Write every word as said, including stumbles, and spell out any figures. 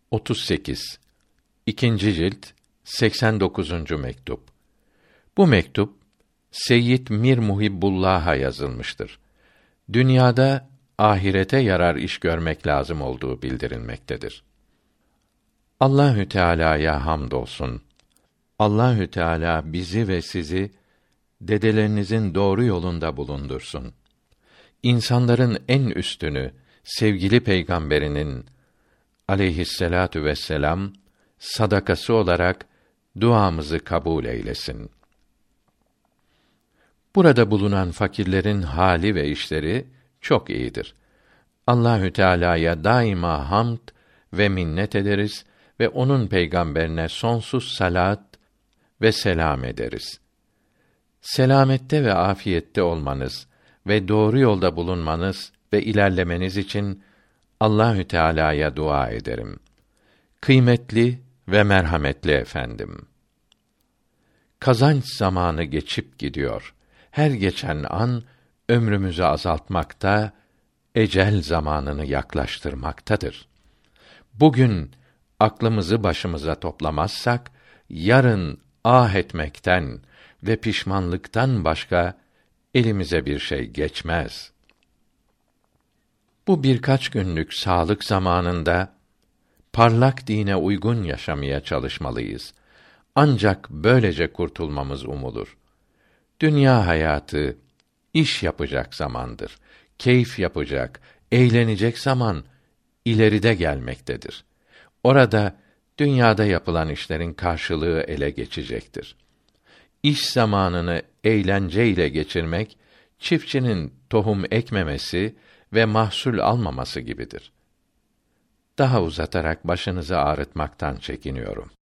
otuz sekiz. İkinci cilt seksen dokuzuncu mektup. Bu mektup Seyyid Mir Muhibbullah'a yazılmıştır. Dünyada ahirete yarar iş görmek lazım olduğu bildirilmektedir. Allahü Teala'ya hamdolsun. Allahü Teala bizi ve sizi dedelerinizin doğru yolunda bulundursun. İnsanların en üstünü, sevgili peygamberinin aleyhisselatu vesselam sadakası olarak duamızı kabul eylesin. Burada bulunan fakirlerin hali ve işleri çok iyidir. Allahü Teala'ya daima hamd ve minnet ederiz ve onun peygamberine sonsuz salat ve selam ederiz. Selamette ve afiyette olmanız ve doğru yolda bulunmanız ve ilerlemeniz için Allahü Teala'ya dua ederim. Kıymetli ve merhametli efendim. Kazanç zamanı geçip gidiyor. Her geçen an ömrümüzü azaltmakta, ecel zamanını yaklaştırmaktadır. Bugün aklımızı başımıza toplamazsak, yarın ah etmekten ve pişmanlıktan başka elimize bir şey geçmez. Bu birkaç günlük sağlık zamanında parlak dine uygun yaşamaya çalışmalıyız. Ancak böylece kurtulmamız umulur. Dünya hayatı iş yapacak zamandır. Keyif yapacak, eğlenecek zaman ileride gelmektedir. Orada dünyada yapılan işlerin karşılığı ele geçecektir. İş zamanını eğlenceyle geçirmek, çiftçinin tohum ekmemesi ve mahsul almaması gibidir. Daha uzatarak başınızı ağrıtmaktan çekiniyorum.